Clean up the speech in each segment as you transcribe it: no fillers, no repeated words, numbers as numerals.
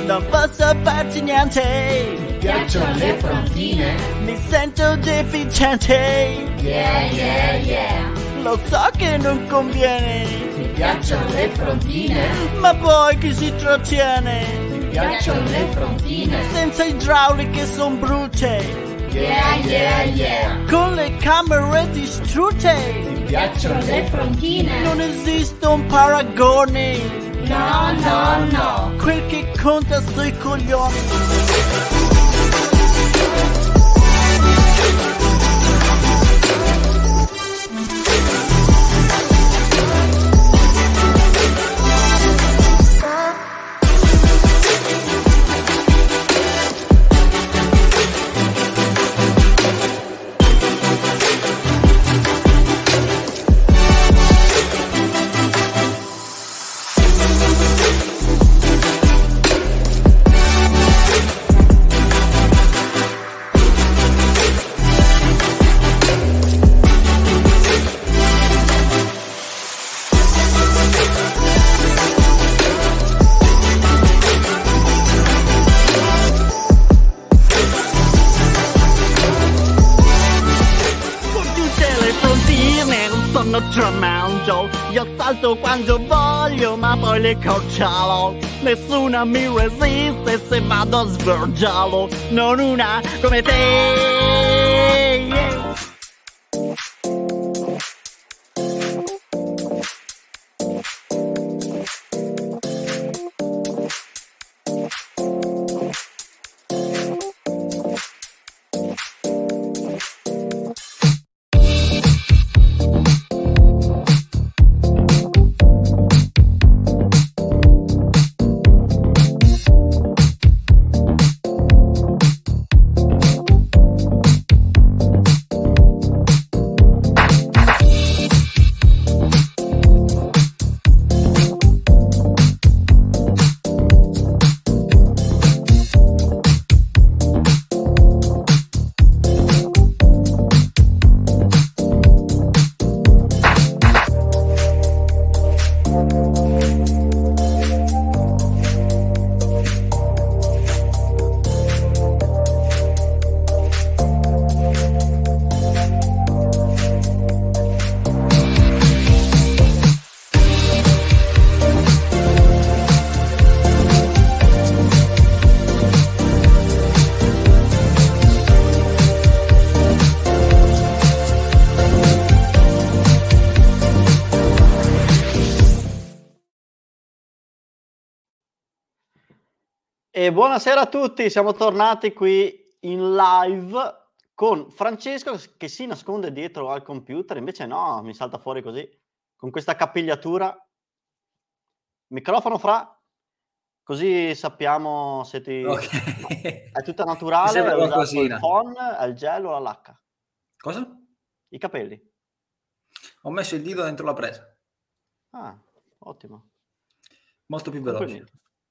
non posso farci niente. Mi piacciono le frontine. Mi sento deficiente. Yeah, yeah, yeah. Lo so che non conviene. Mi piacciono le frontine. Ma poi chi si trattiene? Mi piacciono le frontine. Senza idrauliche son brutte. Yeah, yeah, yeah. Con le camere distrutte. Mi piacciono le frontine. Non esiste un paragone. No, no, no. Quel che conta sui coglioni. Tremando, io salto quando voglio, ma poi le corcialo. Nessuna mi resiste se vado a svergiarlo. Non una come te. Yeah. E buonasera a tutti, siamo tornati qui in live con Francesco che si nasconde dietro al computer, invece no, mi salta fuori così, con questa capigliatura. Microfono fra, così sappiamo se ti... Okay. È tutta naturale, Sembra hai usato qualcosina. il phon, il gel o la lacca? Cosa? I capelli. Ho messo il dito dentro la presa. Ah, ottimo. Molto più veloce. Complimenti.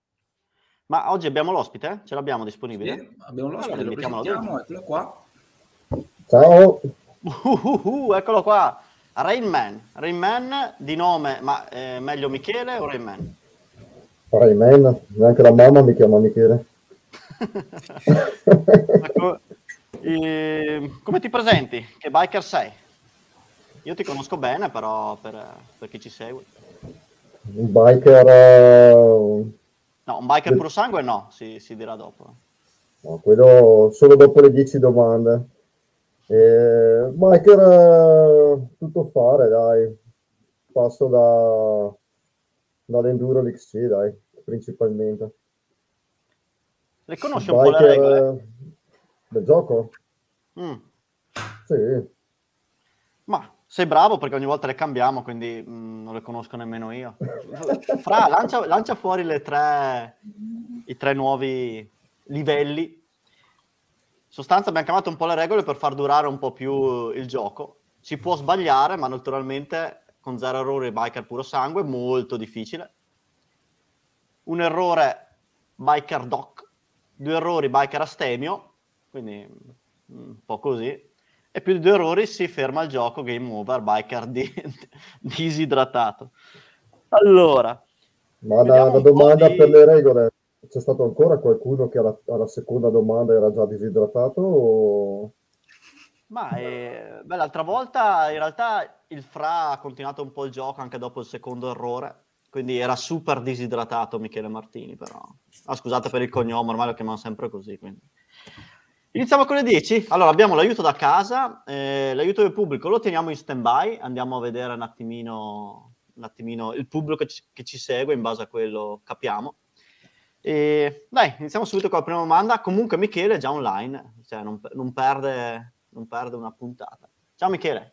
Ma oggi abbiamo l'ospite? Ce l'abbiamo disponibile? Sì, abbiamo l'ospite, Allora, lo invitiamolo presentiamo, eccolo qua. Ciao. Eccolo qua, Rain Man di nome, ma meglio Michele o Rain Man? Rayman, neanche la mamma mi chiama Michele. Ecco, come ti presenti? Che biker sei? Io ti conosco bene, però per chi ci segue. Un biker, No, un biker puro sangue no, si dirà dopo. no, quello solo dopo le 10 domande. Biker, tutto fare, dai. Passo dall'enduro all'XC, dai, principalmente. Le conosci un po' le regole? Del gioco? Sì. Ma sei bravo perché ogni volta le cambiamo, quindi non le conosco nemmeno io. Fra, lancia fuori i tre nuovi livelli. In sostanza abbiamo chiamato un po' le regole per far durare un po' più il gioco. Si può sbagliare, ma naturalmente con 0 errori biker puro sangue, molto difficile. Un errore biker doc, 2 errori biker astemio, quindi un po' così. E più di 2 errori si ferma il gioco, game over, biker disidratato. Allora, ma una domanda per le regole. c'è stato ancora qualcuno che alla seconda domanda era già disidratato? O... Ma beh, l'altra volta in realtà il Fra ha continuato un po' il gioco anche dopo il secondo errore, quindi era super disidratato Michele Martini, però. Ah, scusate per il cognome, ormai lo chiamano sempre così. Quindi. Iniziamo con le 10. Allora, abbiamo l'aiuto da casa, l'aiuto del pubblico lo teniamo in stand-by, andiamo a vedere un attimino il pubblico che ci segue, in base a quello capiamo. E, dai, iniziamo subito con la prima domanda. Comunque Michele è già online, cioè non perde una puntata. Ciao Michele.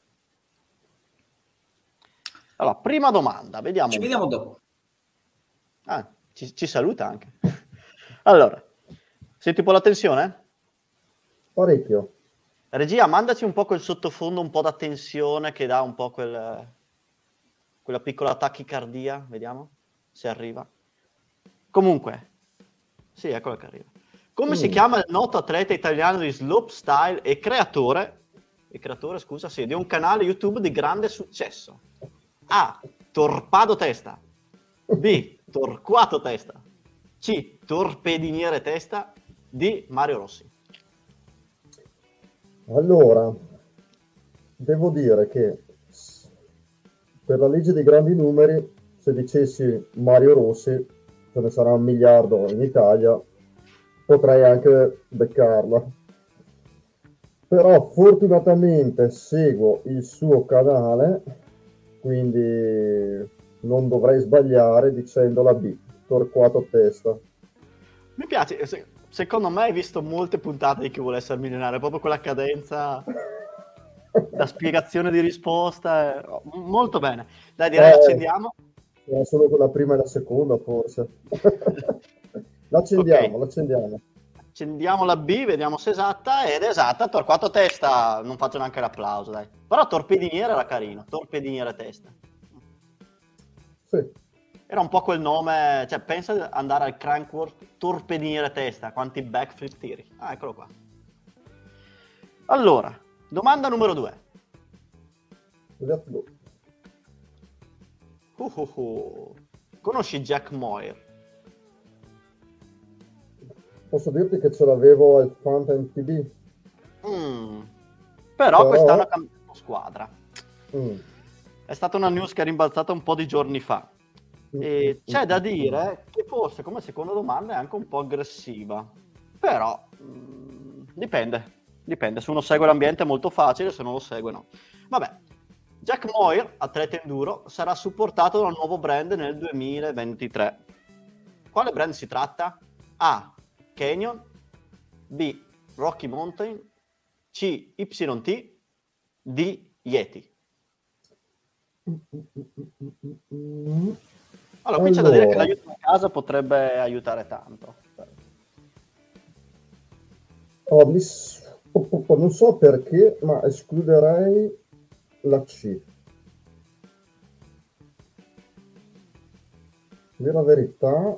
Allora, prima domanda, vediamo Ci un vediamo po'. dopo. Ah, ci saluta anche. Allora, senti un po' la tensione? Parecchio. Regia, mandaci un po' quel sottofondo, un po' da tensione che dà un po' quella piccola tachicardia, vediamo se arriva. Comunque, sì, eccola che arriva. Come si chiama il noto atleta italiano di slopestyle e creatore, scusa, sì, di un canale YouTube di grande successo? A. Torpado Testa. B. Torquato Testa. C. Torpediniere Testa. D. Mario Rossi. Allora, devo dire che per la legge dei grandi numeri, se dicessi Mario Rossi, ce ne sarà 1 miliardo in Italia, potrei anche beccarla. Però fortunatamente seguo il suo canale, quindi non dovrei sbagliare dicendo la B, Torquato Testa. Mi piace, secondo me hai visto molte puntate di Chi vuole essere milionario, proprio quella cadenza, la spiegazione di risposta, molto bene. Dai, direi accendiamo. Era solo quella prima e la seconda, forse. L'accendiamo, l'accendiamo. Accendiamo la B, vediamo se è esatta, ed è esatta, Torquato Testa, non faccio neanche l'applauso, dai. Però Torpediniere era carino, Torpediniere Testa. Sì. Era un po' quel nome, cioè pensa di andare al Crankworth Torpediniere Testa, quanti backflip tiri. Ah, eccolo qua. Allora, domanda numero 2. Let's go. Conosci Jack Moir? Posso dirti che ce l'avevo al Fountain TV? Però quest'anno ha cambiato squadra. Mm. È stata una news che è rimbalzata un po' di giorni fa. E c'è da dire che forse come seconda domanda è anche un po' aggressiva. Però dipende. Se uno segue l'ambiente è molto facile, se non lo segue no. Vabbè. Jack Moir, atleta enduro, sarà supportato da un nuovo brand nel 2023. Quale brand si tratta? A. Canyon. B. Rocky Mountain. C. YT. D. Yeti. Allora, qui c'è da dire che l'aiuto a casa potrebbe aiutare tanto. Non so perché, ma escluderei la C. Dire la verità,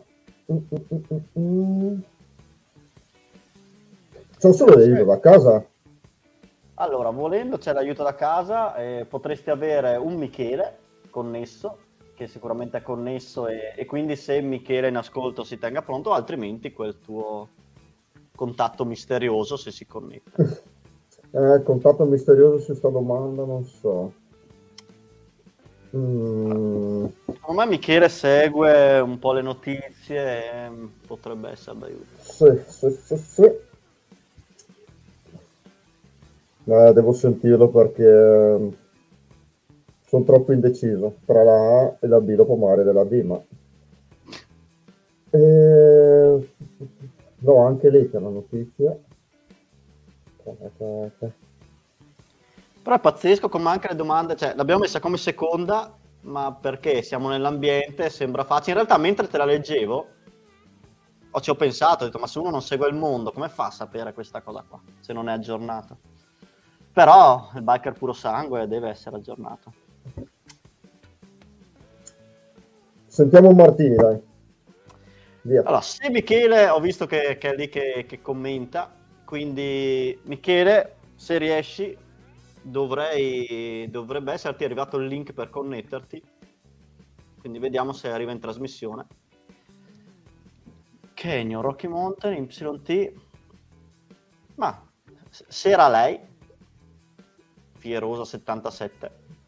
c'è solo l'aiuto da casa. Allora, volendo c'è l'aiuto da casa, potresti avere un Michele connesso, che sicuramente è connesso e quindi se Michele in ascolto si tenga pronto, altrimenti quel tuo contatto misterioso se si connette. Contatto misterioso su sta domanda, non so. Secondo me Michele segue un po' le notizie e potrebbe essere d'aiuto. Sì. Devo sentirlo perché sono troppo indeciso tra la A e la B, dopo Mario della B, ma no, anche lì c'è la notizia. Però è pazzesco come anche le domande, cioè l'abbiamo messa come seconda, ma perché siamo nell'ambiente, sembra facile. In realtà mentre te la leggevo ci ho pensato, ho detto ma se uno non segue il mondo come fa a sapere questa cosa qua, se non è aggiornato? Però il biker puro sangue deve essere aggiornato. Sentiamo Martini, dai. Via. Allora, se Michele, ho visto che è lì che commenta, quindi Michele, se riesci, dovrebbe esserti arrivato il link per connetterti, quindi vediamo se arriva in trasmissione. Ok, Canyon, Rocky Mountain, YT. Ma se era lei, Fierosa 77.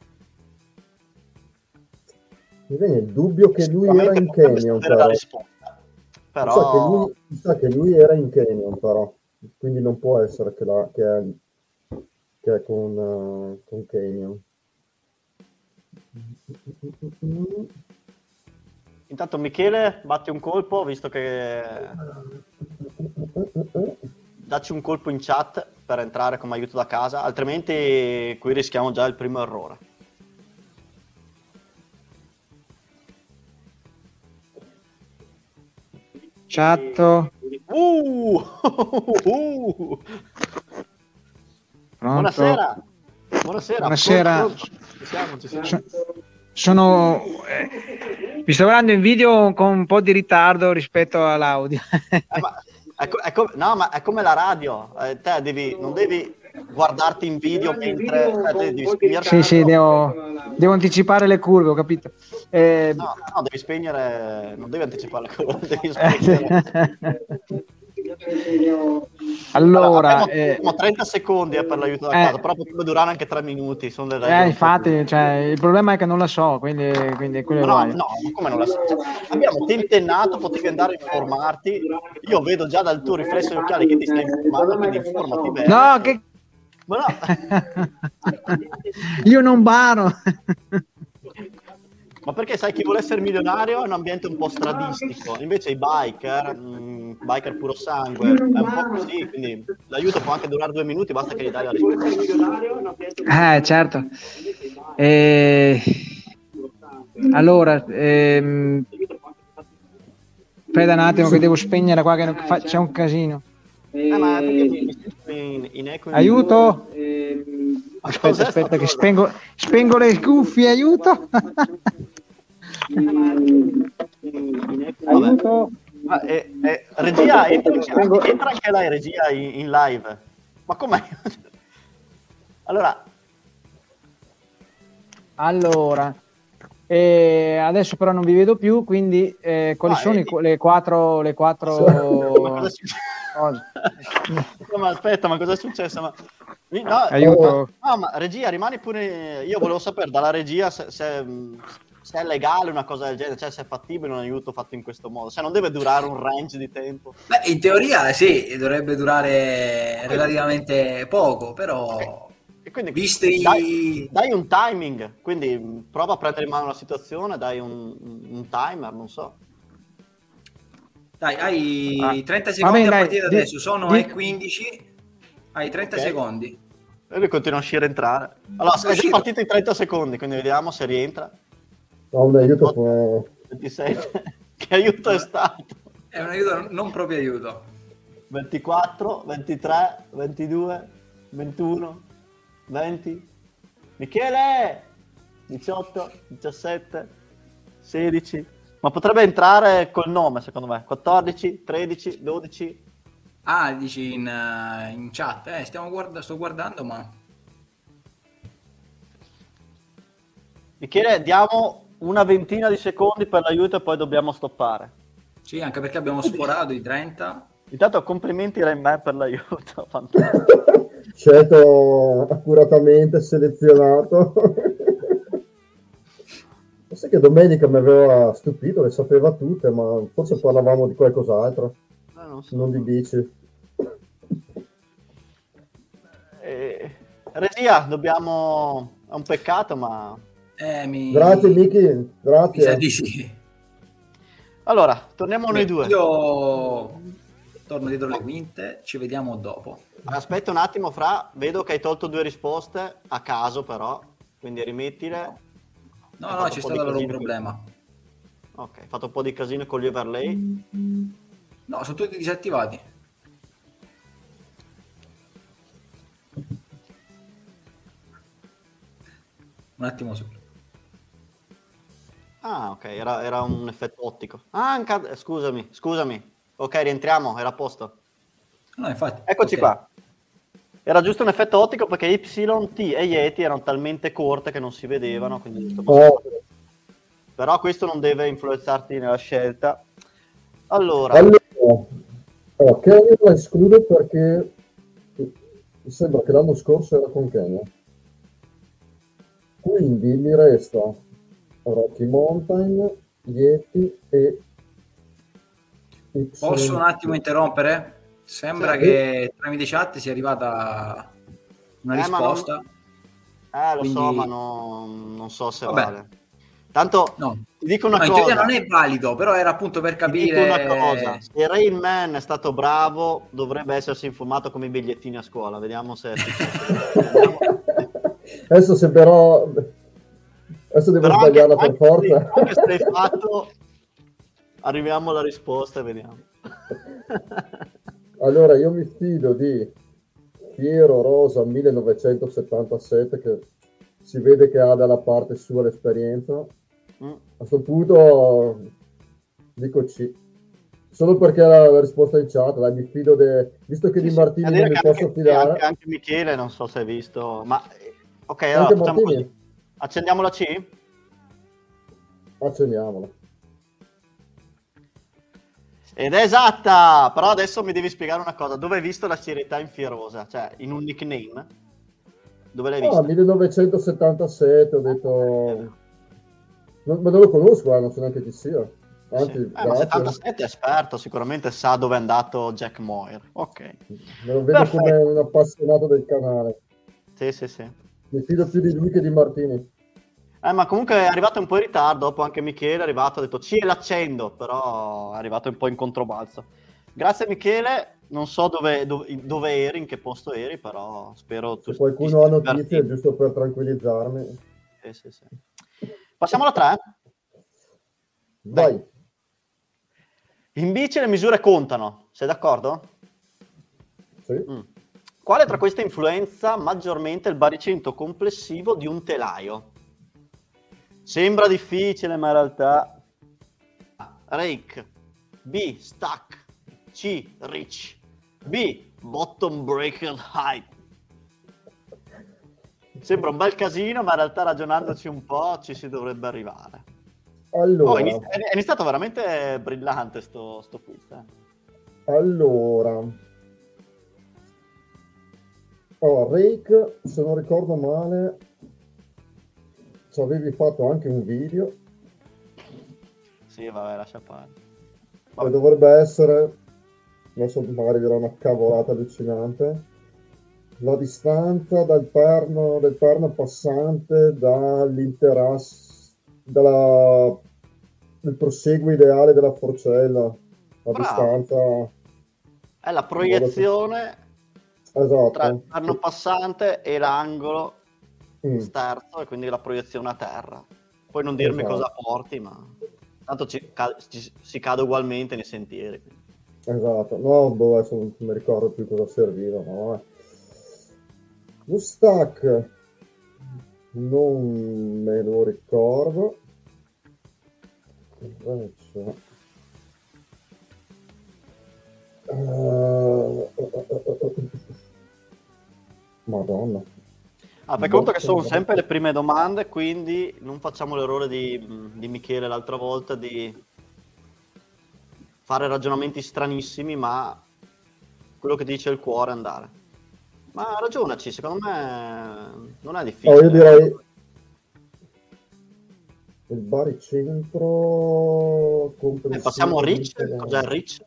Mi viene il dubbio che lui era Sicuramente in potrebbe Canyon, sapere la però. risposta. Mi Però sa che lui era in Canyon, però. Quindi non può essere che è con Canyon. intanto Michele, batti un colpo, visto che dacci un colpo in chat per entrare come aiuto da casa, altrimenti qui rischiamo già il primo errore. Chatto. Pronto? Buonasera. Buonasera. Pronto? Ci siamo. Sono vi sto guardando in video con un po' di ritardo rispetto all'audio. Ma è come la radio. Te non devi guardarti in video mentre devi spegnere. Sì, devo anticipare le curve, ho capito. No, devi spegnere, non devi anticipare le curve, devi spegnere. Allora, abbiamo 30 secondi per l'aiuto da casa, però potrebbe durare anche 3 minuti. Sono delle ragioni infatti, cioè, il problema è che non la so, quindi quello no, come non la so? Cioè, abbiamo tentennato, potevi andare a informarti. Io vedo già dal tuo riflesso di occhiali che ti stai informando, quindi informati bene. No, che... Ma no. Io non baro. Ma perché sai, chi vuole essere milionario è un ambiente un po' stradistico, invece i biker puro sangue, è un po' così, quindi l'aiuto può anche durare 2 minuti, basta che gli dai la risposta. Certo. Allora, aspetta un attimo che devo spegnere qua, che c'è un casino. Ma in eco aiuto! Aspetta che spengo le cuffie, aiuto! Aiuto! Regia, entra anche lei, regia, in live. Ma com'è? Allora, adesso però non vi vedo più, quindi quali sono le quattro Ma cosa è successo? Ma aspetta, ma cosa è successo? Aiuto. Ma regia, rimani pure. Io volevo sapere dalla regia se è legale una cosa del genere, cioè se è fattibile un aiuto fatto in questo modo, se non deve durare un range di tempo. Beh, in teoria sì, dovrebbe durare relativamente poco, però E quindi visti... dai un timing, quindi prova a prendere in mano la situazione, dai un timer, non so. Dai, hai 30 secondi a partire da adesso, sono le 15, hai 30 secondi. E lui continua a uscire e entrare. Allora, è già partito in 30 secondi, quindi vediamo se rientra. Un aiuto 27. Che aiuto è stato? È un aiuto, non proprio aiuto. 24, 23, 22, 21, 20. Michele! 18, 17, 16. Ma potrebbe entrare col nome, secondo me. 14, 13, 12. Ah, dici in chat. Sto guardando, ma... Michele, diamo una ventina di secondi per l'aiuto e poi dobbiamo stoppare. Sì, anche perché abbiamo sforato i 30. Intanto complimenti a me per l'aiuto. Scelto accuratamente, selezionato. Sai che domenica mi aveva stupito, le sapeva tutte, ma forse parlavamo di qualcos'altro. Non di bici. Regia, dobbiamo... È un peccato, ma... Grazie Miki, grazie. Mi sa di sì. Allora, torniamo noi due. Io torno dietro le quinte, ci vediamo dopo. Aspetta un attimo, Fra, vedo che hai tolto 2 risposte a caso però, quindi rimettile. No, c'è stato allora un problema. Ok, hai fatto un po' di casino con gli overlay. No, sono tutti disattivati. Un attimo solo. Ah, ok, era un effetto ottico. Scusami. Ok, rientriamo, era a posto. No, infatti. Eccoci okay. qua. Era giusto un effetto ottico perché YT e Yeti erano talmente corte che non si vedevano, quindi però questo non deve influenzarti nella scelta. Allora, No. Allora, Kenya la escludo perché mi sembra che l'anno scorso era con Kenya. Quindi mi resta Rocky Mountain, Yeti e Posso un attimo interrompere? Sembra Sì. che tramite chat sia arrivata una risposta. Lo quindi... so, ma non so se Vabbè. vale. Tanto No. ti dico una In cosa. teoria non è valido, però era appunto per Ti dico una capire. cosa. Se Rain Man è stato bravo, dovrebbe essersi informato come i bigliettini a scuola. Vediamo se è successo. Adesso se però... Adesso devo sbagliarla per forza. Anche se l'hai fatto, arriviamo alla risposta e vediamo. Allora, io mi fido di Fiero Rosa 1977, che si vede che ha dalla parte sua l'esperienza. A questo punto dico C. Solo perché la risposta in chat, dai, mi fido visto che di Martini non mi posso fidare. Anche Michele, non so se hai visto, ma ok, Anche allora facciamo Martini? così. Accendiamo la C? Accendiamola. Ed è esatta, però adesso mi devi spiegare una cosa. Dove hai visto la serietà in Fierosa? Cioè, in un nickname? Dove l'hai vista? 1977, ho detto... ma non lo conosco, non so neanche chi sia. Anzi, sì. Ma 77 è esperto, sicuramente sa dove è andato Jack Moir. Ok. Me lo vedo come un appassionato del canale. Sì. Mi fido più di lui che di Martini. Ma comunque è arrivato un po' in ritardo, dopo anche Michele è arrivato, ha detto ci l'accendo, però è arrivato un po' in controbalzo. Grazie Michele, non so dove eri, in che posto eri, però spero tu... Se qualcuno ha notizie, giusto per tranquillizzarmi. Sì. Passiamo alla 3? Vai. In bici le misure contano, sei d'accordo? Sì. Quale tra queste influenza maggiormente il baricentro complessivo di un telaio? Sembra difficile, ma in realtà A. Rake, B. Stack, C. Reach, B. Bottom breaker height. Sembra un bel casino, ma in realtà ragionandoci un po' ci si dovrebbe arrivare. Allora, è iniziato veramente brillante sto quiz. Allora, Rake, se non ricordo male, ci avevi fatto anche un video. Sì, vabbè, lascia fare. E dovrebbe essere, adesso magari dirò una cavolata allucinante, la distanza del perno passante del proseguo ideale della forcella. La distanza è la proiezione tra il perno passante e l'angolo sterzo, e quindi la proiezione a terra. Puoi non dirmi cosa porti, ma tanto si cade ugualmente nei sentieri. Esatto, no, adesso non mi ricordo più cosa serviva, no. Lo stack non me lo ricordo. Madonna. Fai conto che sono sempre le prime domande, quindi non facciamo l'errore di Michele l'altra volta di fare ragionamenti stranissimi, ma quello che ti dice il cuore andare. Ma ragionaci, secondo me non è difficile. Io direi il baricentro. Passiamo a Rich. Cos'è il Rich?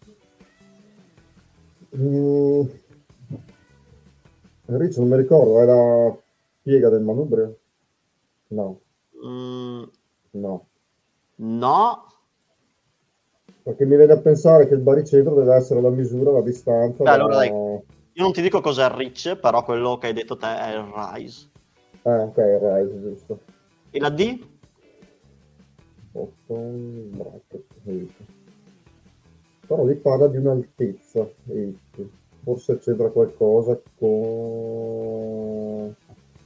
Rich non mi ricordo, è la piega del manubrio? No. No. Perché mi viene a pensare che il baricentro deve essere la misura, la distanza. Allora dai, io non ti dico cos'è il Rich, però quello che hai detto te è il Rise. Ok, il Rise, giusto. E la D? Bottom bracket 8. Però lì parla di un'altezza 8. Forse c'entra qualcosa con...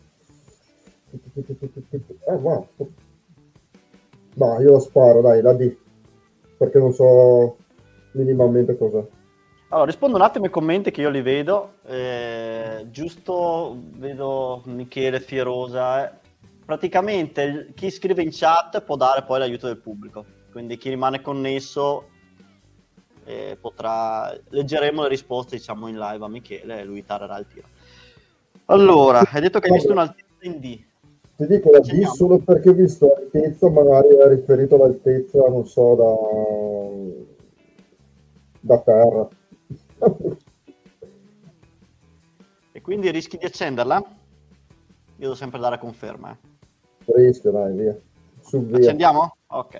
Ma io la sparo, dai, la D, perché non so minimamente cos'è. Allora, rispondo un attimo ai commenti che io li vedo. Giusto, vedo Michele Fierosa. Praticamente chi scrive in chat può dare poi l'aiuto del pubblico. Quindi chi rimane connesso leggeremo le risposte, diciamo, in live a Michele e lui tarerà il tiro. Allora, hai detto che hai visto un'altezza in D. Ti dico la D solo perché ho visto altezza, magari è riferito all'altezza, non so, da terra. E quindi rischi di accenderla? Io devo sempre dare conferma. Rischio, dai, via. Via. Accendiamo? Ok.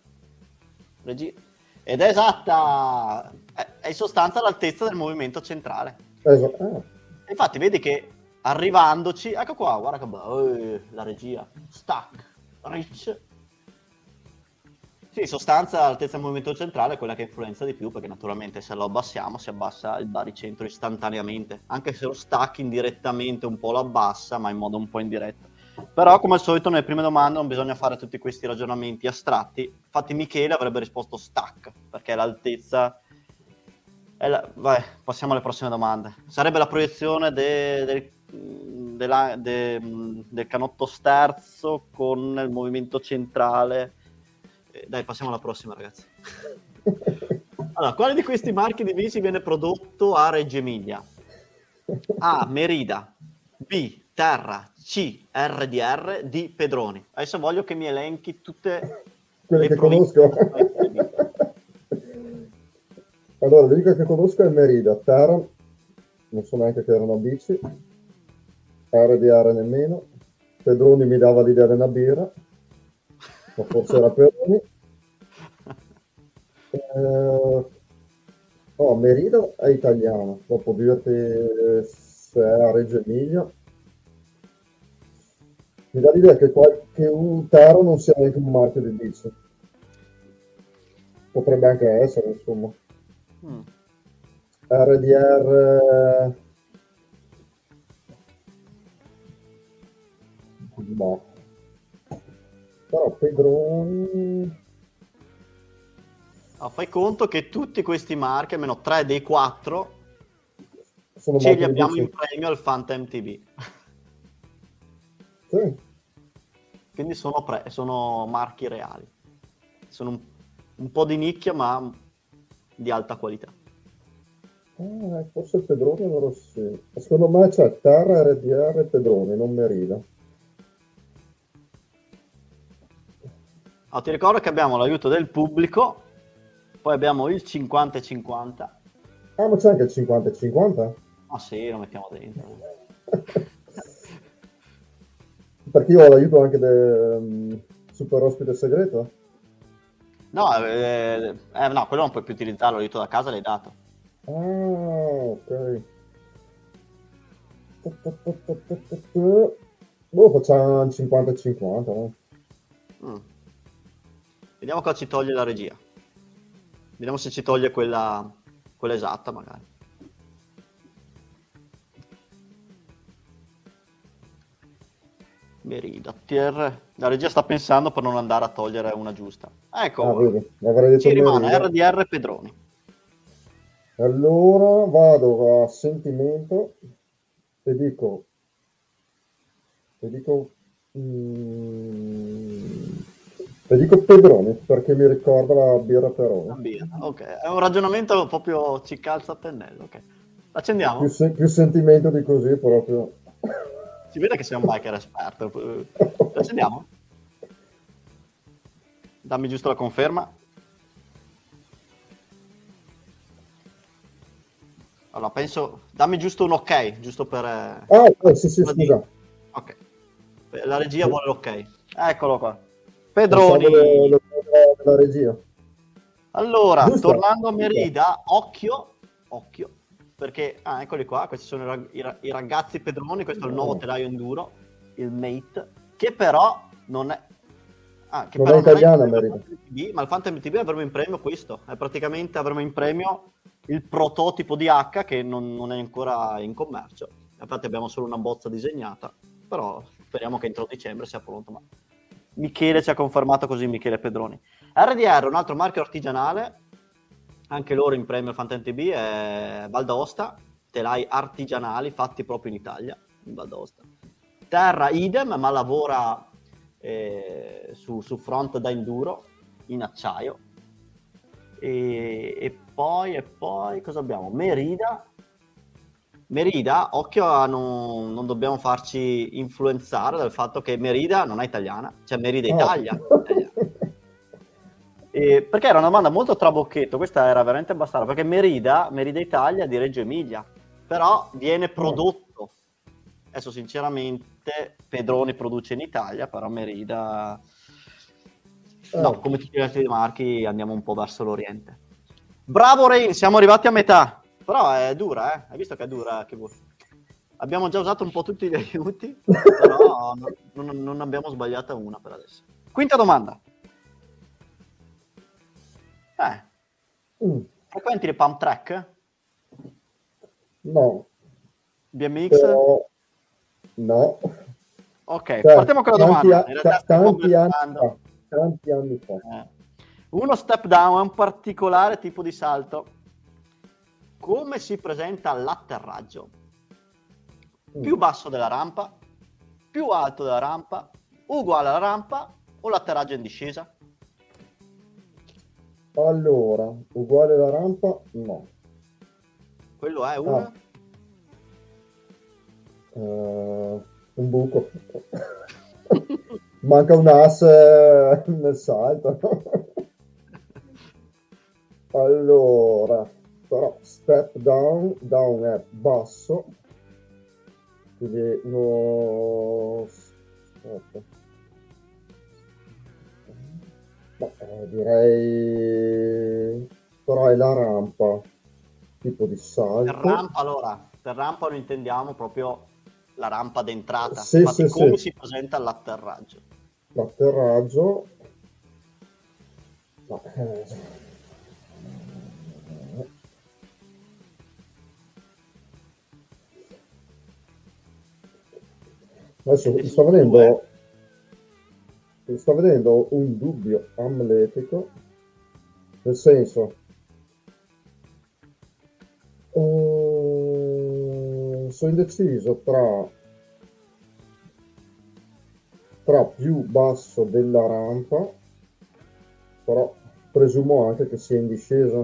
Ed è esatta! È in sostanza l'altezza del movimento centrale. Infatti vedi che arrivandoci, ecco qua, guarda che bello, la regia, stack, reach. Sì, in sostanza l'altezza del movimento centrale è quella che influenza di più, perché naturalmente se lo abbassiamo si abbassa il baricentro istantaneamente, anche se lo stack indirettamente un po' lo abbassa, ma in modo un po' indiretto. Però come al solito nelle prime domande non bisogna fare tutti questi ragionamenti astratti. Infatti Michele avrebbe risposto stack, perché l'altezza vai, passiamo alle prossime domande. Sarebbe la proiezione del canotto sterzo con il movimento centrale. Dai, passiamo alla prossima, ragazzi. Allora, quale di questi marchi di bici viene prodotto a Reggio Emilia? A. Merida, B. Terra, C. RDR, D. Pedroni. Adesso voglio che mi elenchi tutte quelle che conosco. Allora, l'unica che conosco è Merida, Terra, non so neanche che era una bici, RDR nemmeno, Pedroni mi dava l'idea di una birra, ma forse era Pedroni. Merida è italiana, dopo dirti se è a Reggio Emilia. Mi dà l'idea che qualche Terra non sia neanche un marchio di bici. Potrebbe anche essere, insomma. RDR no. Però Pedroni fai conto che tutti questi marchi, almeno 3 dei 4, sono ce li abbiamo in premio al Fanta MTB. Sì. Quindi sono marchi reali, sono un po' di nicchia ma di alta qualità. Forse il Pedroni allora sì. Secondo me c'è Terra, RDR e Pedroni, non Merida. Ti ricordo che abbiamo l'aiuto del pubblico, poi abbiamo il 50-50. Ma c'è anche il 50-50? Ah sì, lo mettiamo dentro. Perché io ho l'aiuto anche del super ospite segreto? No, no, quello non puoi più utilizzarlo, l'aiuto da casa l'hai dato. Ok. Facciamo 50-50, no? Vediamo cosa ci toglie la regia. Vediamo se ci toglie quella esatta, magari. Merida, la regia sta pensando per non andare a togliere una giusta. Ecco, ci rimane Merida. RDR Pedroni. Allora vado a sentimento e dico Pedroni, perché mi ricorda la birra Peroni. Ok, è un ragionamento proprio ci calza a pennello. Ok, accendiamo. Più sentimento di così proprio. Si vede che sei un biker esperto. Accendiamo? Dammi giusto la conferma. Allora, dammi giusto un ok, giusto per... sì, scusa. Ok. La regia vuole l'ok. Eccolo qua. Pedroni. La regia. Allora, giusto. Tornando a Merida, occhio, perché, eccoli qua, questi sono i ragazzi Pedroni, questo è il nuovo telaio enduro, il Mate, che però non è... che non però è italiana, Merida. Ma il Fanta MTB avremo in premio questo, praticamente avremo in premio il prototipo di H che non è ancora in commercio. Infatti abbiamo solo una bozza disegnata, però speriamo che entro dicembre sia pronto. Ma Michele ci ha confermato così, Michele Pedroni. RDR, un altro marchio artigianale, anche loro in premio al Fanta MTB, è Val d'Aosta, telai artigianali fatti proprio in Italia, in Val d'Aosta. Terra idem, ma lavora su front da enduro in acciaio. E poi cosa abbiamo? Merida, occhio a non dobbiamo farci influenzare dal fatto che Merida non è italiana, cioè Merida Italia. Perché era una domanda molto trabocchetto, questa era veramente bastarda, perché Merida Italia è di Reggio Emilia, però viene prodotto. Adesso sinceramente Pedroni produce in Italia, però Merida... No, come tutti gli altri marchi andiamo un po' verso l'Oriente. Bravo Rain, siamo arrivati a metà. Però è dura, Hai visto che è dura? Abbiamo già usato un po' tutti gli aiuti, però non abbiamo sbagliato una per adesso. Quinta domanda. Frequenti le pump track? No. BMX? Però... No. Ok, partiamo con la domanda. In realtà tanti anni fa. Uno step down è un particolare tipo di salto. Come si presenta l'atterraggio? Più basso della rampa, più alto della rampa, uguale alla rampa o l'atterraggio in discesa? Allora, uguale alla rampa? No. Quello è un... un buco. Manca un asse nel salto. Allora, però step down è basso, quindi direi però è la rampa, tipo di salto. Per rampa lo intendiamo proprio la rampa d'entrata. Sì, Infatti, come si presenta l'atterraggio? L'atterraggio adesso mi sta venendo un dubbio amletico, nel senso sono indeciso tra più basso della rampa, però presumo anche che sia in discesa,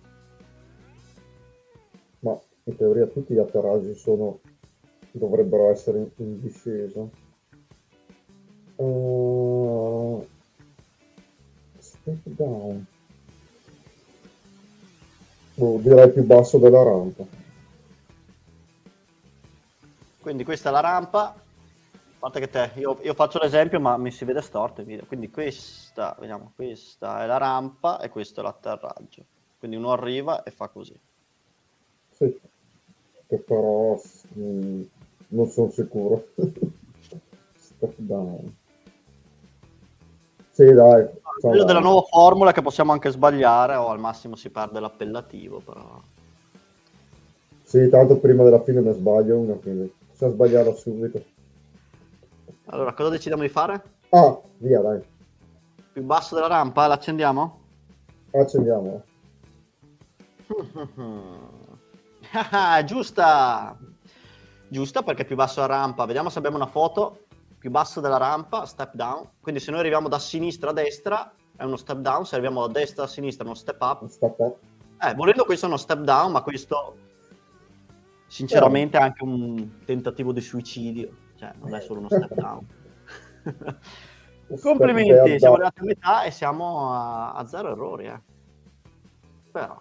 ma in teoria tutti gli atterraggi dovrebbero essere in discesa. Step down. Direi più basso della rampa. Quindi questa è la rampa. A parte che io faccio l'esempio, ma mi si vede storto il video. Quindi questa, vediamo, questa è la rampa e questo è l'atterraggio. Quindi uno arriva e fa così. Sì, che però non sono sicuro. Step down. Sì, dai. Quello della nuova formula che possiamo anche sbagliare o al massimo si perde l'appellativo, però. Sì, tanto prima della fine ne sbaglio una, quindi possiamo sbagliarla subito. Allora, cosa decidiamo di fare? Via, dai. Più basso della rampa, l'accendiamo? Accendiamola. Giusta! Giusta, perché più basso la rampa. Vediamo se abbiamo una foto. Più basso della rampa, step down. Quindi se noi arriviamo da sinistra a destra è uno step down, se arriviamo da destra a sinistra è uno step up. Step up. Volendo questo è uno step down, ma questo sinceramente è anche un tentativo di suicidio. Cioè, non è solo uno step down. Complimenti, siamo arrivati a metà e siamo a 0 errori. Però.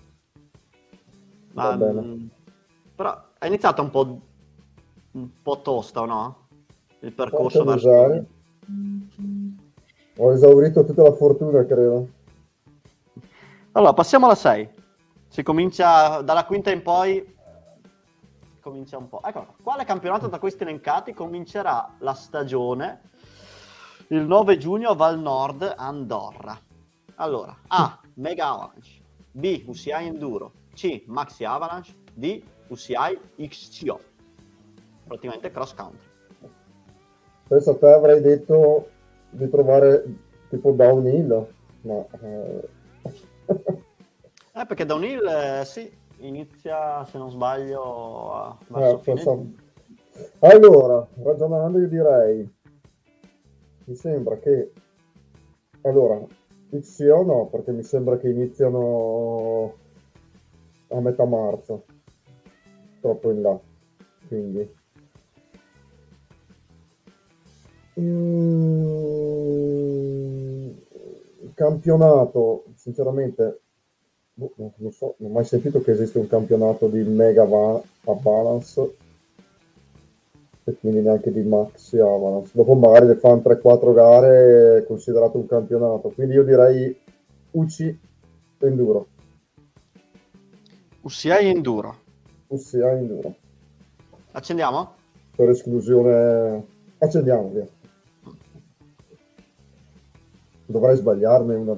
Però è iniziata un po' tosta, o no? Il percorso verso... Ho esaurito tutta la fortuna, credo. Allora, passiamo alla 6. Si comincia dalla quinta in poi. Comincia un po'. Ecco, quale campionato da questi elencati comincerà la stagione il 9 giugno a Val Nord, Andorra? Allora, A. Mega Avalanche, B. UCI Enduro, C. Maxi Avalanche, D. UCI XCO. Praticamente cross country. Penso a te avrei detto di provare tipo downhill, ma perché downhill sì, inizia, se non sbaglio, verso fine. Allora, ragionando io direi, mi sembra che XCO no, perché mi sembra che iniziano a metà marzo, troppo in là, quindi il campionato, sinceramente, non so, non ho mai sentito che esiste un campionato di mega balance e quindi neanche di maxi balance. Dopo magari le fanno 3-4 gare, è considerato un campionato, quindi io direi UCI Enduro. UCI Enduro. UCI Enduro. Accendiamo? Per esclusione, accendiamo, via. Dovrei sbagliarne una.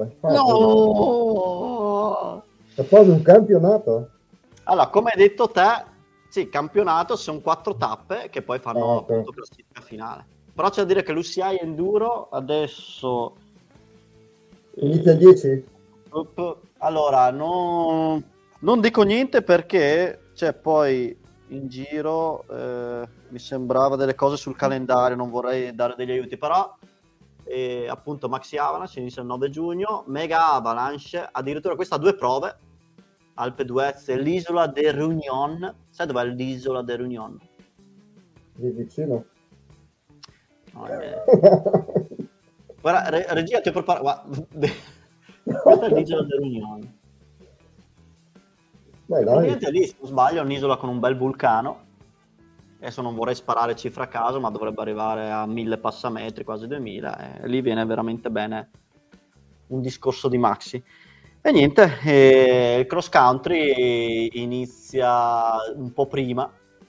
No! E poi un campionato? Allora, come hai detto te, sì, campionato sono 4 tappe che poi fanno appunto classifica finale. Però c'è da dire che l'UCI Enduro adesso inizia 10? Allora, non dico niente perché c'è poi in giro, mi sembrava delle cose sul calendario, non vorrei dare degli aiuti, però appunto Maxi Avalanche inizia il 9 giugno, Mega Avalanche, addirittura questa ha 2 prove, Alpe d'Huez e l'isola de Réunion. Sai dov'è l'isola de Réunion? Lì vicino. No, guarda, regia ti ho preparato, questa è l'isola de Réunion. Praticamente lì, se non sbaglio, è un'isola con un bel vulcano. Adesso non vorrei sparare cifra a caso, ma dovrebbe arrivare a 1000 passametri, quasi 2000, e lì viene veramente bene un discorso di maxi. E niente, il cross country inizia un po' prima,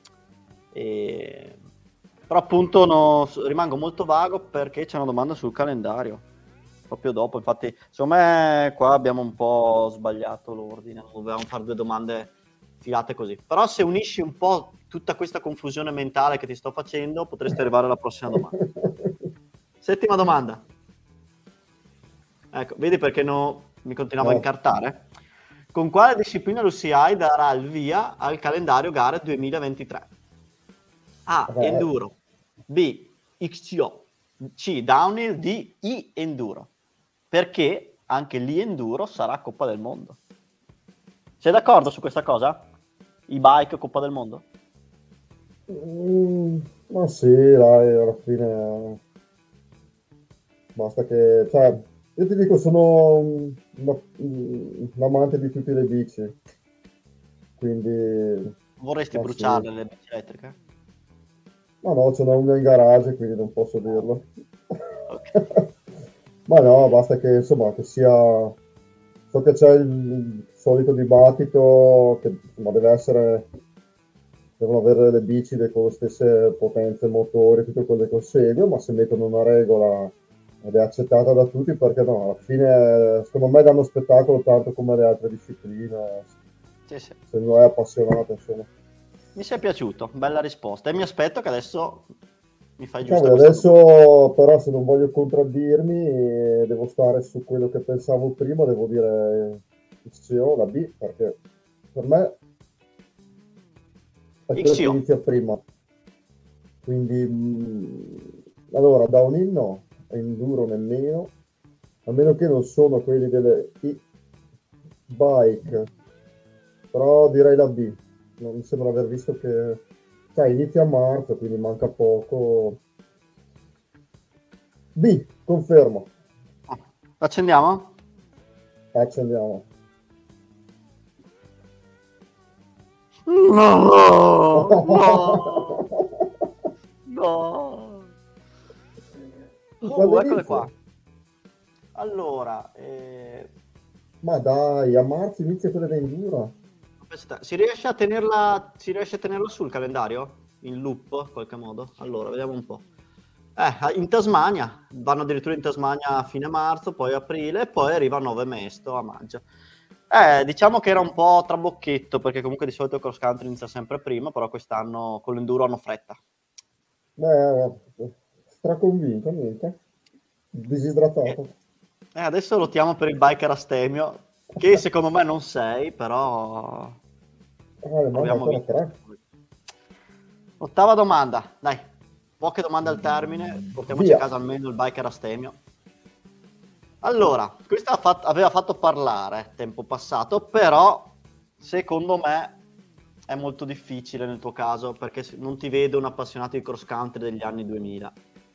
però appunto rimango molto vago perché c'è una domanda sul calendario, proprio dopo. Infatti, secondo me qua abbiamo un po' sbagliato l'ordine, dovevamo fare 2 domande filate così. Però se unisci un po' tutta questa confusione mentale che ti sto facendo, potresti arrivare alla prossima domanda. Settima domanda. Ecco, vedi perché mi continuavo a incartare? Con quale disciplina l'UCI darà il via al calendario gare 2023? A. Enduro. B. XCO. C. Downhill. D. E-Enduro. Perché anche l'E-Enduro sarà Coppa del Mondo. Sei d'accordo su questa cosa? I bike Coppa del Mondo? Ma sì, dai, alla fine basta che, cioè, io ti dico, sono un amante di tutte le bici, quindi vorresti bruciarle le bici elettriche? No, ce n'è una in garage, quindi non posso dirlo. Okay. Ma no, basta che insomma che sia, so che c'è il solito dibattito che ma devono avere le bici con le stesse potenze motori, tutto quello che consegue, ma se mettono una regola ed è accettata da tutti, perché no, alla fine secondo me danno spettacolo tanto come le altre discipline, sì. Se uno è appassionato, insomma. Mi sei piaciuto, bella risposta, e mi aspetto che adesso mi fai giusto. Adesso però, se non voglio contraddirmi, devo stare su quello che pensavo prima, devo dire XCO, la B, perché per me è quello che inizia prima. Quindi allora downhill no, enduro nemmeno, a meno che non sono quelli delle bike, però direi la B. Non mi sembra aver visto che inizia a marzo, quindi manca poco. B, confermo. Accendiamo? Accendiamo. No. Eccole qua. Allora, ma dai, a marzo inizia quella da enduro. Si riesce a tenerla sul calendario? In loop, in qualche modo? Allora, vediamo un po'. In Tasmania, vanno addirittura in Tasmania a fine marzo, poi aprile, e poi arriva a Nove Mesto a maggio. Diciamo che era un po' trabocchetto, perché comunque di solito il cross country inizia sempre prima, però quest'anno con l'enduro hanno fretta. Straconvinto, niente. Disidratato. Adesso lottiamo per il biker astemio, che secondo me non sei, però... proviamo a Ottava domanda, dai, poche domande al termine, portiamoci a casa almeno il biker astemio. Allora, questa aveva fatto parlare tempo passato, però secondo me è molto difficile nel tuo caso, perché non ti vedo un appassionato di cross country degli anni 2000.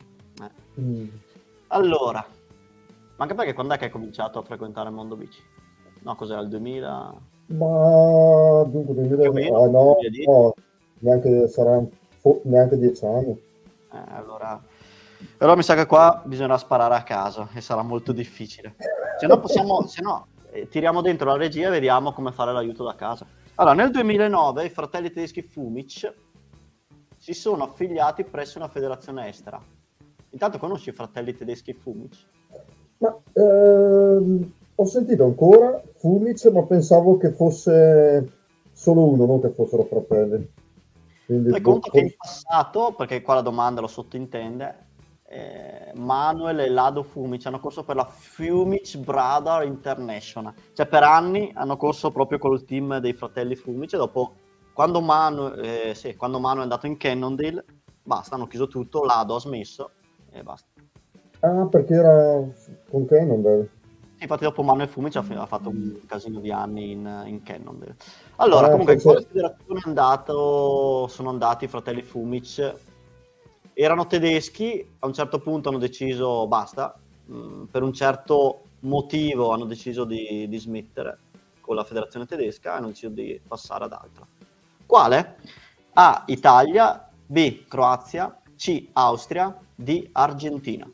Allora, ma anche perché quando è che hai cominciato a frequentare il mondo bici? No, cos'era il 2000? Ma dunque, 2000, meno, no, 2010. no, neanche saranno neanche 10 anni. Allora, però mi sa che qua bisognerà sparare a caso e sarà molto difficile. Se no, tiriamo dentro la regia e vediamo come fare l'aiuto da casa. Allora, nel 2009 i fratelli tedeschi Fumic si sono affiliati presso una federazione estera. Intanto conosci i fratelli tedeschi Fumic? Ma ho sentito ancora Fumic, ma pensavo che fosse solo uno, non che fossero fratelli. Quindi, Fai conto che in passato, perché qua la domanda lo sottintende, Manuel e Lado Fumic hanno corso per la Fumic Brother International, cioè per anni hanno corso proprio col team dei fratelli Fumic, e dopo quando Manu è andato in Cannondale, basta, hanno chiuso tutto, Lado ha smesso e basta. Ah, perché era con Cannondale. Infatti dopo Manu e Fumic ha fatto un casino di anni in Cannondale. Allora, comunque, in quale federazione sono andati i fratelli Fumic? Erano tedeschi, a un certo punto hanno deciso basta, per un certo motivo hanno deciso di smettere con la federazione tedesca e hanno deciso di passare ad altra. Quale? A. Italia, B. Croazia, C. Austria, D. Argentina.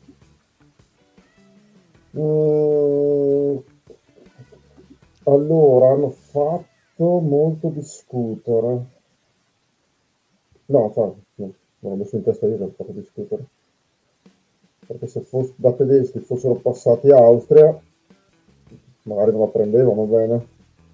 Allora, hanno fatto molto discutere. No, no, non l'ho messo in testa io che ho fatto discutere. Perché se da tedeschi fossero passati a Austria, magari non la prendevano bene.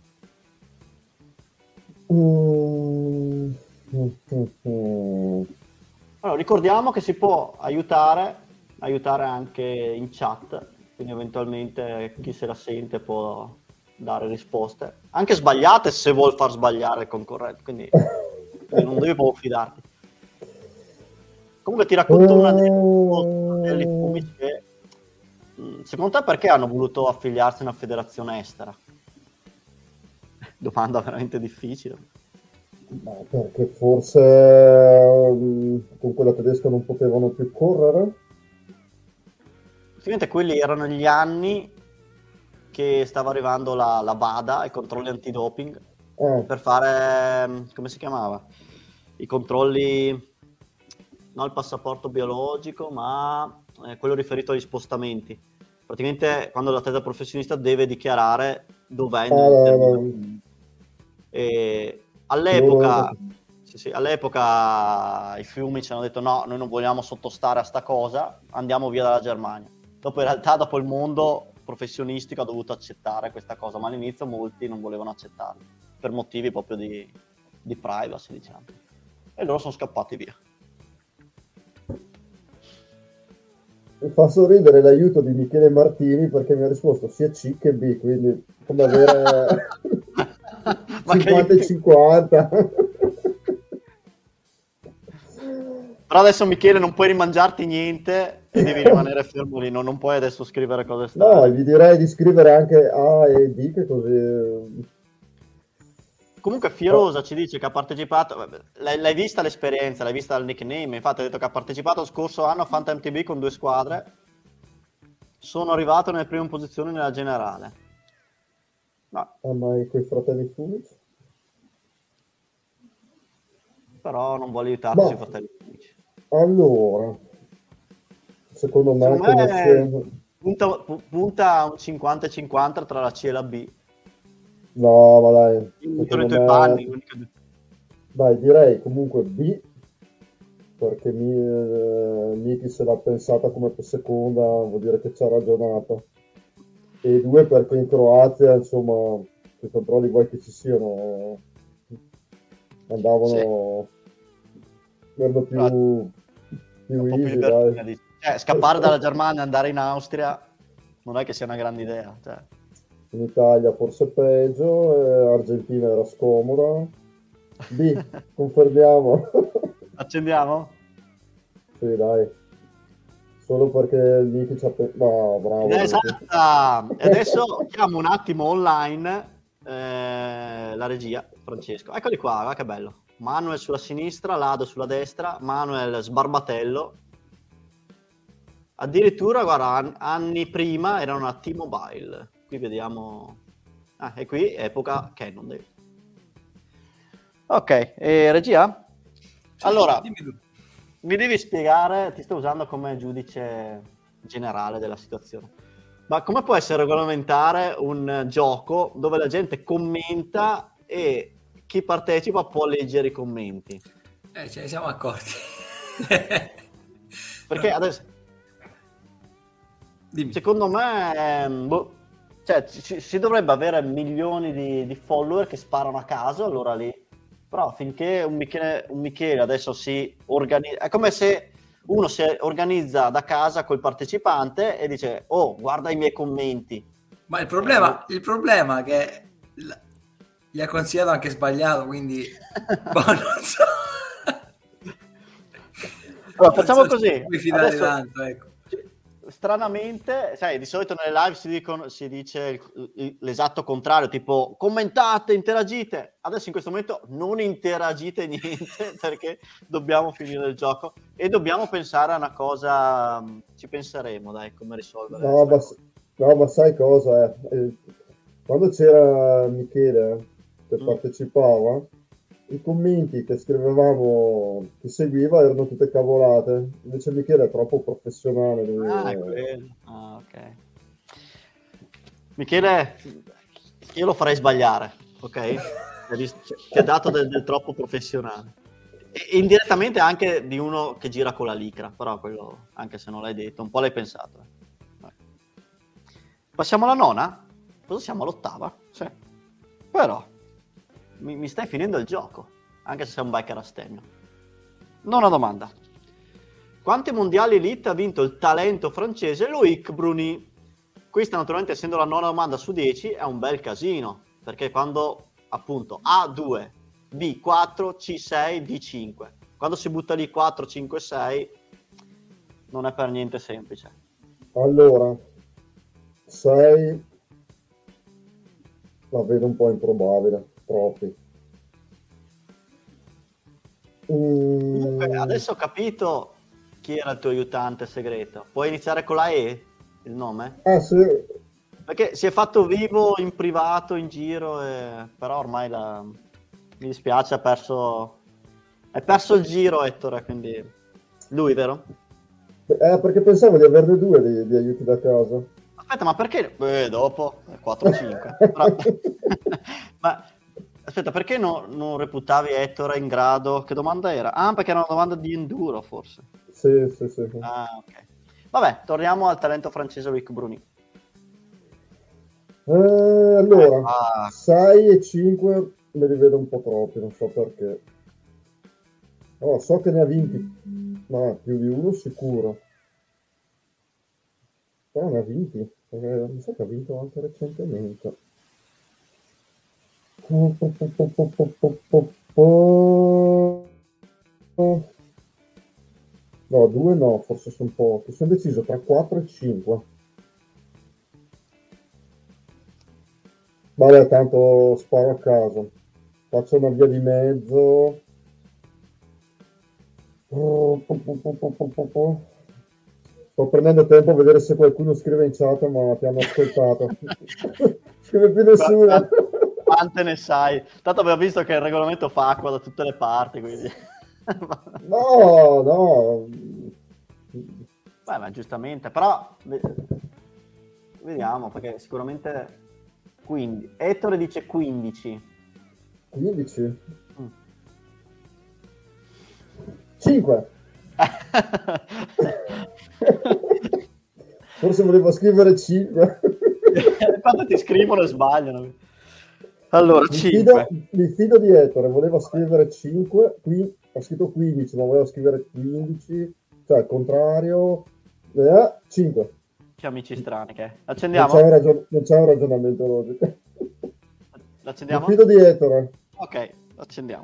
Allora, ricordiamo che si può aiutare anche in chat, quindi eventualmente chi se la sente può dare risposte, anche sbagliate se vuol far sbagliare il concorrente, quindi non devi proprio fidarti. Comunque ti racconto una delle Fumic che secondo te perché hanno voluto affiliarsi a una federazione estera? Domanda veramente difficile. Perché forse con quella tedesca non potevano più correre? Praticamente quelli erano gli anni che stava arrivando la WADA, i controlli antidoping, per fare, come si chiamava? I controlli, non il passaporto biologico, ma quello riferito agli spostamenti. Praticamente quando l'atleta professionista deve dichiarare dov'è in un determinato. E all'epoca i Fiumi ci hanno detto no, noi non vogliamo sottostare a sta cosa, andiamo via dalla Germania. Dopo in realtà dopo il mondo professionistico ha dovuto accettare questa cosa, ma all'inizio molti non volevano accettarla per motivi proprio di privacy, diciamo, e loro sono scappati via. Mi fa sorridere l'aiuto di Michele Martini perché mi ha risposto sia C che B, quindi come avere 50 e 50. Però adesso Michele non puoi rimangiarti niente e devi rimanere fermo lì, non puoi adesso scrivere cose strane. No, gli direi di scrivere anche A e B, che così... Comunque Fierosa ci dice che ha partecipato, l'hai vista l'esperienza, l'hai vista il nickname, infatti ha detto che ha partecipato lo scorso anno a Fanta MTB con 2 squadre, sono arrivato nelle prime posizioni nella generale. Ma quei fratelli Fumic? Però non vuole aiutarti sui fratelli Fumic. Allora, secondo me punta a un 50-50 tra la C e la B. No, ma dai. Dai, direi comunque B, perché Miki se l'ha pensata come per seconda, vuol dire che ci ha ragionato. E 2 perché in Croazia, insomma, i controlli vuoi che ci siano, andavano erano più easy, dai. Scappare dalla Germania e andare in Austria non è che sia una grande idea, cioè. In Italia forse peggio, Argentina era scomoda. B, confermiamo. Accendiamo? Sì, dai. Solo perché Niki ci ha... No, bravo. Esatta! E adesso chiamo un attimo online la regia, Francesco. Eccoli qua, guarda che bello. Manuel sulla sinistra, Lado sulla destra, Manuel sbarbatello. Addirittura, guarda, anni prima erano a T-Mobile. Qui vediamo... e qui epoca Cannondale. Ok, regia? Allora, mi devi spiegare, ti sto usando come giudice generale della situazione, ma come può essere regolamentare un gioco dove la gente commenta e chi partecipa può leggere i commenti? Ce ne siamo accorti. Perché adesso... Dimmi. Secondo me, cioè, si dovrebbe avere milioni di follower che sparano a caso, allora lì. Però finché un Michele adesso si organizza, è come se uno si organizza da casa col partecipante e dice, oh, guarda i miei commenti. Ma il problema è che gli ha consigliato anche sbagliato, quindi non so. Allora, facciamo così. Adesso, tanto, ecco. Stranamente, sai, di solito nelle live si dice l'esatto contrario, tipo commentate, interagite. Adesso in questo momento non interagite niente perché dobbiamo finire il gioco e dobbiamo pensare a una cosa, ci penseremo, dai, come risolvere. No, ma sai cosa? Quando c'era Michele che partecipava, i commenti che scrivevamo, che seguiva, erano tutte cavolate. Invece Michele è troppo professionale. Ok. Michele, io lo farei sbagliare, ok? Ti ha dato del troppo professionale. E indirettamente anche di uno che gira con la licra, però quello, anche se non l'hai detto, un po' l'hai pensato. Passiamo alla nona? Cosa siamo, all'ottava? Sì. Però... Mi stai finendo il gioco, anche se sei un biker astemio. Nona domanda. Quanti mondiali elite ha vinto il talento francese Loïc Bruni? Questa naturalmente, essendo la nona domanda su 10, è un bel casino, perché quando appunto A2, B4, C6, D5, quando si butta lì 4, 5, 6, non è per niente semplice. Allora, 6 la vedo un po' improbabile. Troppi. Adesso ho capito chi era il tuo aiutante segreto. Puoi iniziare con la E, il nome? Sì. Perché si è fatto vivo in privato, in giro, però ormai mi dispiace, ha perso il giro Ettore, quindi lui, vero? Perché pensavo di averne due di aiuti da casa. Aspetta, ma perché? Dopo 4-5. Ma aspetta, perché non reputavi Ettore in grado? Che domanda era? Ah, perché era una domanda di enduro, forse. Sì. Ah, ok. Vabbè, torniamo al talento francese Loïc Bruni. Allora, 6 e 5 me li vedo un po' troppi, non so perché. Allora, so che ne ha vinti, ma più di uno sicuro. Però ne ha vinti, perché mi sa che ha vinto anche recentemente. No, 2 no, forse sono pochi. Sono deciso tra 4 e 5. Vabbè, tanto sparo a caso. Faccio una via di mezzo. Sto prendendo tempo a vedere se qualcuno scrive in chat, ma ti hanno ascoltato. Scrive più nessuno. Quante ne sai? Tanto abbiamo visto che il regolamento fa acqua da tutte le parti, quindi... No. Beh, ma giustamente, però... Vediamo, perché sicuramente... Quindi, Ettore dice 15. 15? 5. Forse volevo scrivere 5. Quando ti scrivono e sbagliano. Allora, 5. Mi fido di Ettore, voleva scrivere 5, qui ha scritto 15, ma voleva scrivere 15, cioè al contrario, 5. Che amici strani che è. Accendiamo? Non c'è un ragionamento logico. L'accendiamo? Mi fido di Ettore. Ok, accendiamo.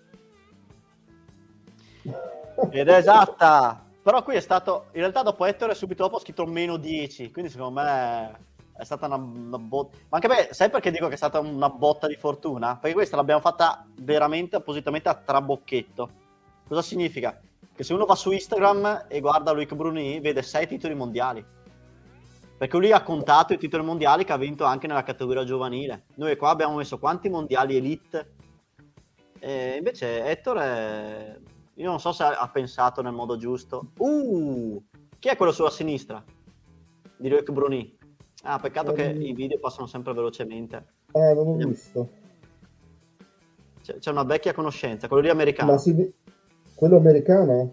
Ed è esatta! Però qui è stato... In realtà dopo Ettore subito dopo ho scritto meno 10, quindi secondo me... è stata una botta. Ma anche beh, sai perché dico che è stata una botta di fortuna? Perché questa l'abbiamo fatta veramente appositamente a trabocchetto. Cosa significa? Che se uno va su Instagram e guarda Loic Bruni, vede 6 titoli mondiali. Perché lui ha contato i titoli mondiali che ha vinto anche nella categoria giovanile. Noi qua abbiamo messo quanti mondiali elite. E invece Ettore, io non so se ha pensato nel modo giusto. Chi è quello sulla sinistra? Di Loic Bruni. Ah, peccato che i video passano sempre velocemente. Non ho visto. C'è una vecchia conoscenza, quello lì americano. Ma quello americano?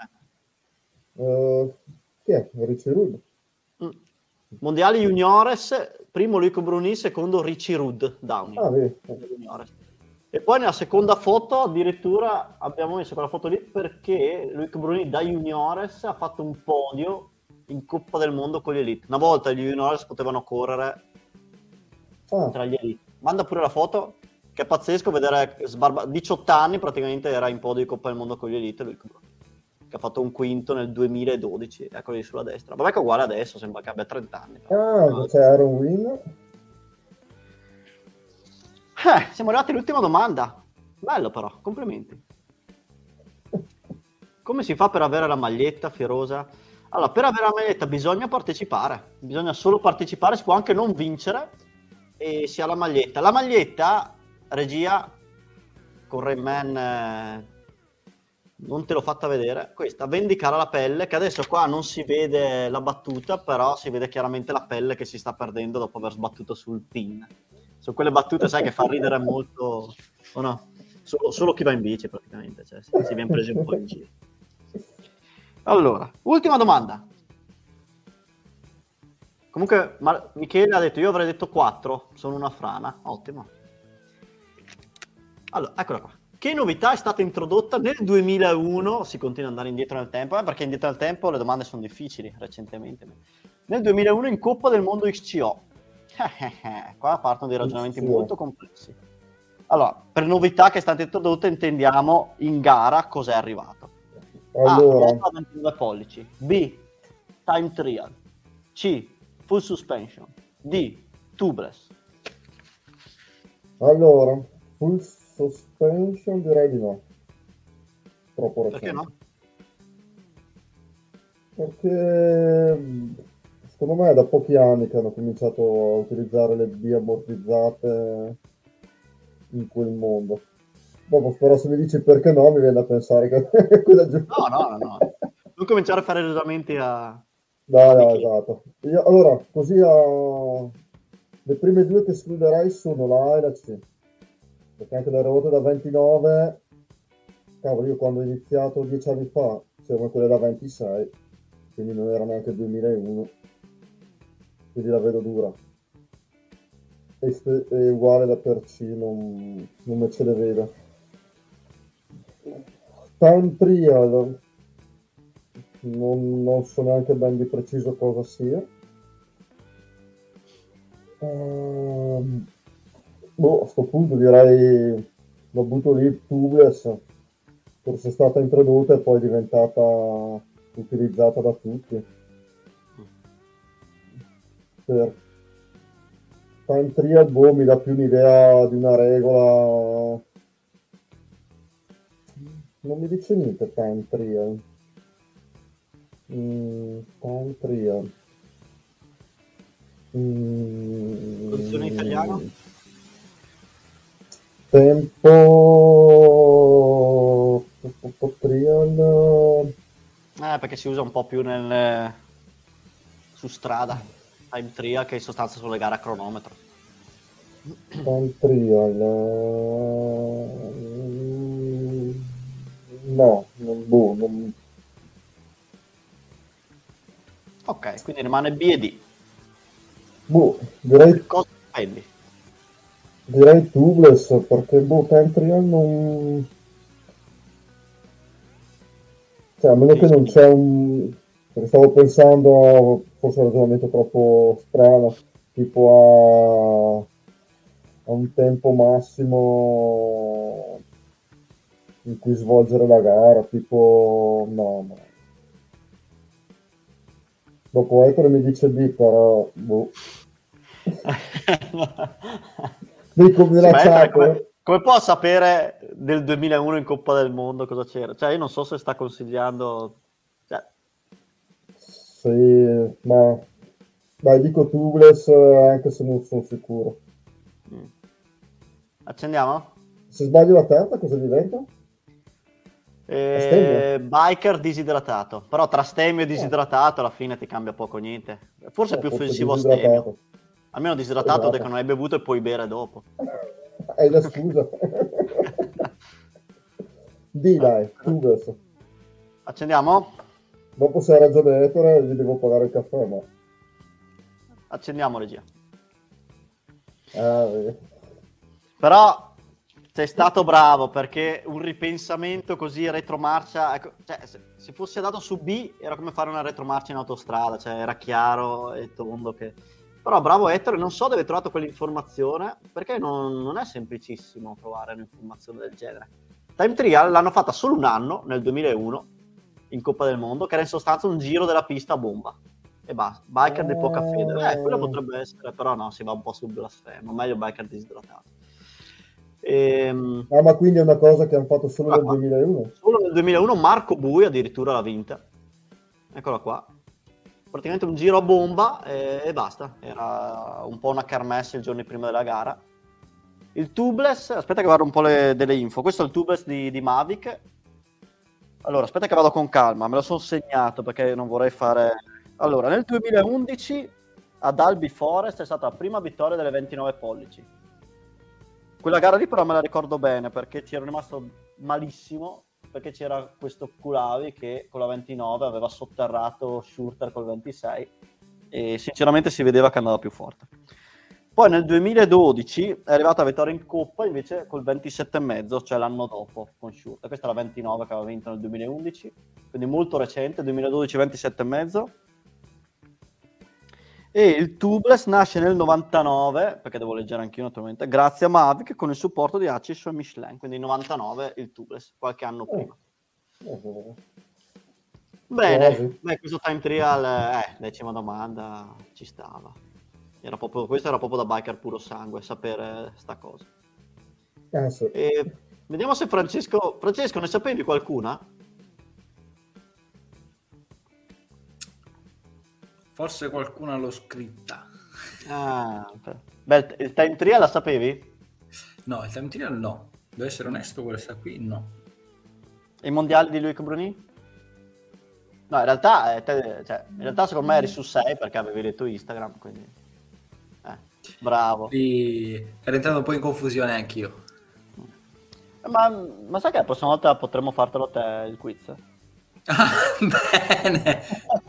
Chi è? Richie Rudd. Mondiali Juniores, primo Loic Bruni, secondo Richie Rudd Downey. E poi nella seconda foto addirittura abbiamo messo quella foto lì perché Loic Bruni da Juniores ha fatto un podio in Coppa del Mondo con gli Elite. Una volta gli Juniores potevano correre tra gli Elite. Manda pure la foto, che è pazzesco vedere 18 anni praticamente era in podio di Coppa del Mondo con gli Elite Loic Bruni, che ha fatto un quinto nel 2012, eccolo lì sulla destra. Vabbè che è uguale adesso, sembra che abbia 30 anni. C'è Aaron Wynn. Siamo arrivati all'ultima domanda. Bello però, complimenti. Come si fa per avere la maglietta Fierosa? Allora, per avere la maglietta bisogna partecipare, bisogna solo partecipare, si può anche non vincere e si ha la maglietta. La maglietta, regia, con Rayman, non te l'ho fatta vedere, questa, vendicare la pelle, che adesso qua non si vede la battuta, però si vede chiaramente la pelle che si sta perdendo dopo aver sbattuto sul pin. Sono quelle battute, sai, che fa ridere molto, o no? Solo chi va in bici praticamente, cioè si viene presi un po' in giro. Allora, ultima domanda. Comunque Michele ha detto, io avrei detto 4, sono una frana, ottimo. Allora, eccola qua. Che novità è stata introdotta nel 2001? Si continua ad andare indietro nel tempo, perché indietro nel tempo le domande sono difficili recentemente. Nel 2001 in Coppa del Mondo XCO. Qua partono dei ragionamenti molto complessi. Allora, per novità che è stata introdotta intendiamo in gara cos'è arrivato. Allora. A, 22 pollici. B, time trial. C, full suspension. D, tubeless. Allora, full suspension direi di no. Troppo recente. Perché no? Perché secondo me è da pochi anni che hanno cominciato a utilizzare le B ammortizzate in quel mondo. Dopo però se mi dici perché no mi viene da pensare che è quella giusta. No. Non cominciare a fare ragionamenti a... No, esatto. Allora, così le prime due che escluderei sono la A e la C. Perché anche le ruote da 29, cavolo, io quando ho iniziato 10 anni fa c'erano quelle da 26, quindi non era neanche il 2001, quindi la vedo dura. E uguale da per C, non me ce le vedo. Time trial, non so neanche ben di preciso cosa sia. A sto punto direi la butto lì, tubeless, forse è stata introdotta e poi è diventata utilizzata da tutti. Per time trial mi dà più un'idea di una regola, non mi dice niente time trial. Time trial. Traduzione in italiano? Tempo trial. Perché si usa un po' più su strada. Time trial, che in sostanza sono le gare a cronometro. Time trial. No, non. Ok, quindi rimane B e D. Direi. Cosa spendi? Direi tubeless, perché time trial non... Cioè, a meno che non c'è perché stavo pensando, forse un ragionamento troppo strano, tipo a un tempo massimo in cui svolgere la gara, tipo... No. Dopo Ettore mi dice B, però... Dico, mi come può sapere del 2001 in Coppa del Mondo cosa c'era? Cioè, io non so se sta consigliando... Cioè... Sì, ma... Dai, dico tubeless, anche se non sono sicuro. Accendiamo? Se sbaglio la terza, cosa diventa? Biker disidratato. Però tra stemio e disidratato alla fine ti cambia poco niente. Forse è più offensivo stemio. Almeno disidratato perché non hai bevuto e puoi bere dopo. È la scusa. Dai, tubeless. Accendiamo? Dopo se hai ragione Ettore, gli devo pagare il caffè, ma... Accendiamo, regia. Vedi. Però sei stato bravo, perché un ripensamento così retromarcia, ecco, cioè, se fosse andato su B era come fare una retromarcia in autostrada, cioè era chiaro e tondo che... Però bravo Ettore, non so dove hai trovato quell'informazione, perché non è semplicissimo trovare un'informazione del genere. Time Trial l'hanno fatta solo un anno, nel 2001, in Coppa del Mondo, che era in sostanza un giro della pista a bomba. E basta, biker di poca fede. Quello potrebbe essere, però no, si va un po' sul blasfemo, meglio biker disidratato. Ma quindi è una cosa che hanno fatto solo nel 2001? Solo nel 2001 Marco Bui addirittura l'ha vinta. Eccola qua. Praticamente un giro a bomba e basta. Era un po' una kermesse il giorno prima della gara. Il tubeless, aspetta che guardo un po' delle info. Questo è il tubeless di Mavic. Allora, aspetta che vado con calma, me lo sono segnato perché non vorrei fare... Allora, nel 2011 ad Albi Forest è stata la prima vittoria delle 29 pollici. Quella gara lì però me la ricordo bene perché ci ero rimasto malissimo, perché c'era questo Kulavi che con la 29 aveva sotterrato Schurter col 26 e sinceramente si vedeva che andava più forte. Poi nel 2012 è arrivata la vittoria in Coppa invece col 27,5, cioè l'anno dopo con Schurter. Questa è la 29 che aveva vinto nel 2011, quindi molto recente, 2012 27,5. E il tubeless nasce nel 99, perché devo leggere anch'io naturalmente, grazie a Mavic con il supporto di Acis e Michelin, quindi 99 il tubeless, qualche anno prima. Bene, questo time trial, decima domanda, ci stava. Questo era proprio da biker puro sangue, sapere sta cosa. Sì. E vediamo se Francesco, ne sapevi qualcuna? Forse qualcuno l'ho scritta. Beh, il time trial la sapevi? No, il time trial no. Devo essere onesto, questa qui no. I mondiali di Loic Bruni? No, in realtà secondo me eri su 6 perché avevi letto Instagram, quindi... bravo. Ero entrato un po' in confusione anch'io. Ma sai che la prossima volta potremmo fartelo te il quiz? Bene.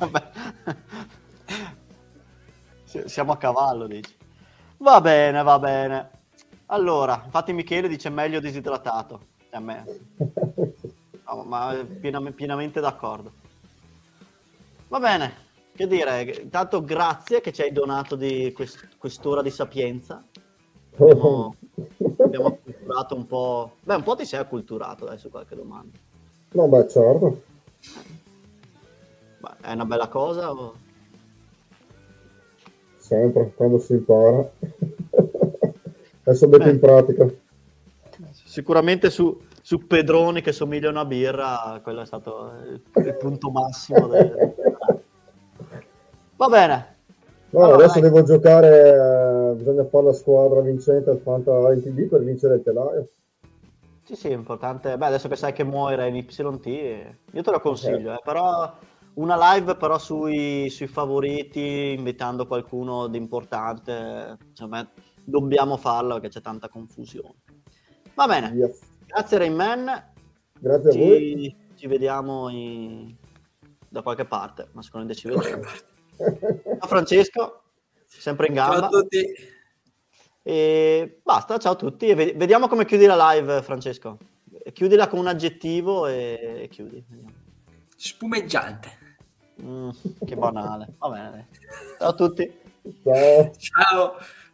Siamo a cavallo, dici. Va bene. Allora, infatti Michele dice meglio disidratato. A me. No, ma pienamente d'accordo. Va bene, che dire, intanto grazie che ci hai donato di quest'ora di sapienza. Abbiamo acculturato un po'. Beh, un po' ti sei acculturato, dai, su qualche domanda. No, beh, certo. Beh, è una bella cosa o... Sempre, quando si impara. Adesso metto in pratica. Sicuramente su pedroni che somigliano a birra, quello è stato il punto massimo. Va bene. No, allora, adesso devo giocare, bisogna fare la squadra vincente al Fanta ITB per vincere il telaio. Sì, è importante. Beh, adesso che sai che muore in YT, io te lo consiglio, però una live però sui favoriti, invitando qualcuno di importante, secondo me dobbiamo farla perché c'è tanta confusione. Va bene, yes. Grazie Rayman. Grazie a voi. Ci vediamo da qualche parte, ma sicuramente ci vediamo. Ciao Francesco, sempre in gamba. Ciao a tutti. E basta, ciao a tutti. E vediamo come chiudi la live, Francesco. Chiudila con un aggettivo e chiudi. Spumeggiante. Che banale. Va bene. Ciao a tutti. Ciao. Ciao.